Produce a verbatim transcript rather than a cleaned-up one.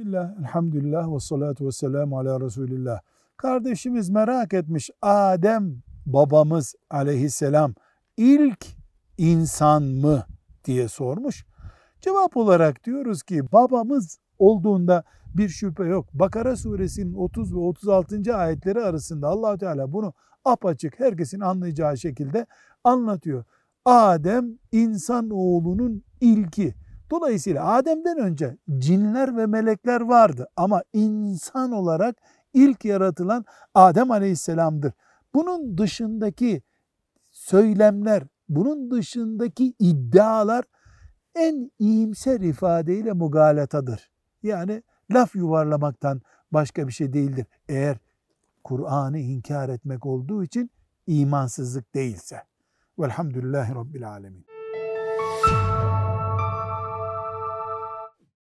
Bismillah, elhamdülillah ve salatu ve selamu ala Resulillah. Kardeşimiz merak etmiş, Adem babamız aleyhisselam ilk insan mı diye sormuş. Cevap olarak diyoruz ki babamız olduğunda bir şüphe yok. Bakara suresinin otuz ve otuz altıncı ayetleri arasında Allah Teala bunu apaçık herkesin anlayacağı şekilde anlatıyor. Adem insan oğlunun ilki. Dolayısıyla Adem'den önce cinler ve melekler vardı ama insan olarak ilk yaratılan Adem Aleyhisselam'dır. Bunun dışındaki söylemler, bunun dışındaki iddialar en iyimser ifadeyle mugalatadır. Yani laf yuvarlamaktan başka bir şey değildir. Eğer Kur'an'ı inkar etmek olduğu için imansızlık değilse. Velhamdülillahi Rabbil Alemin.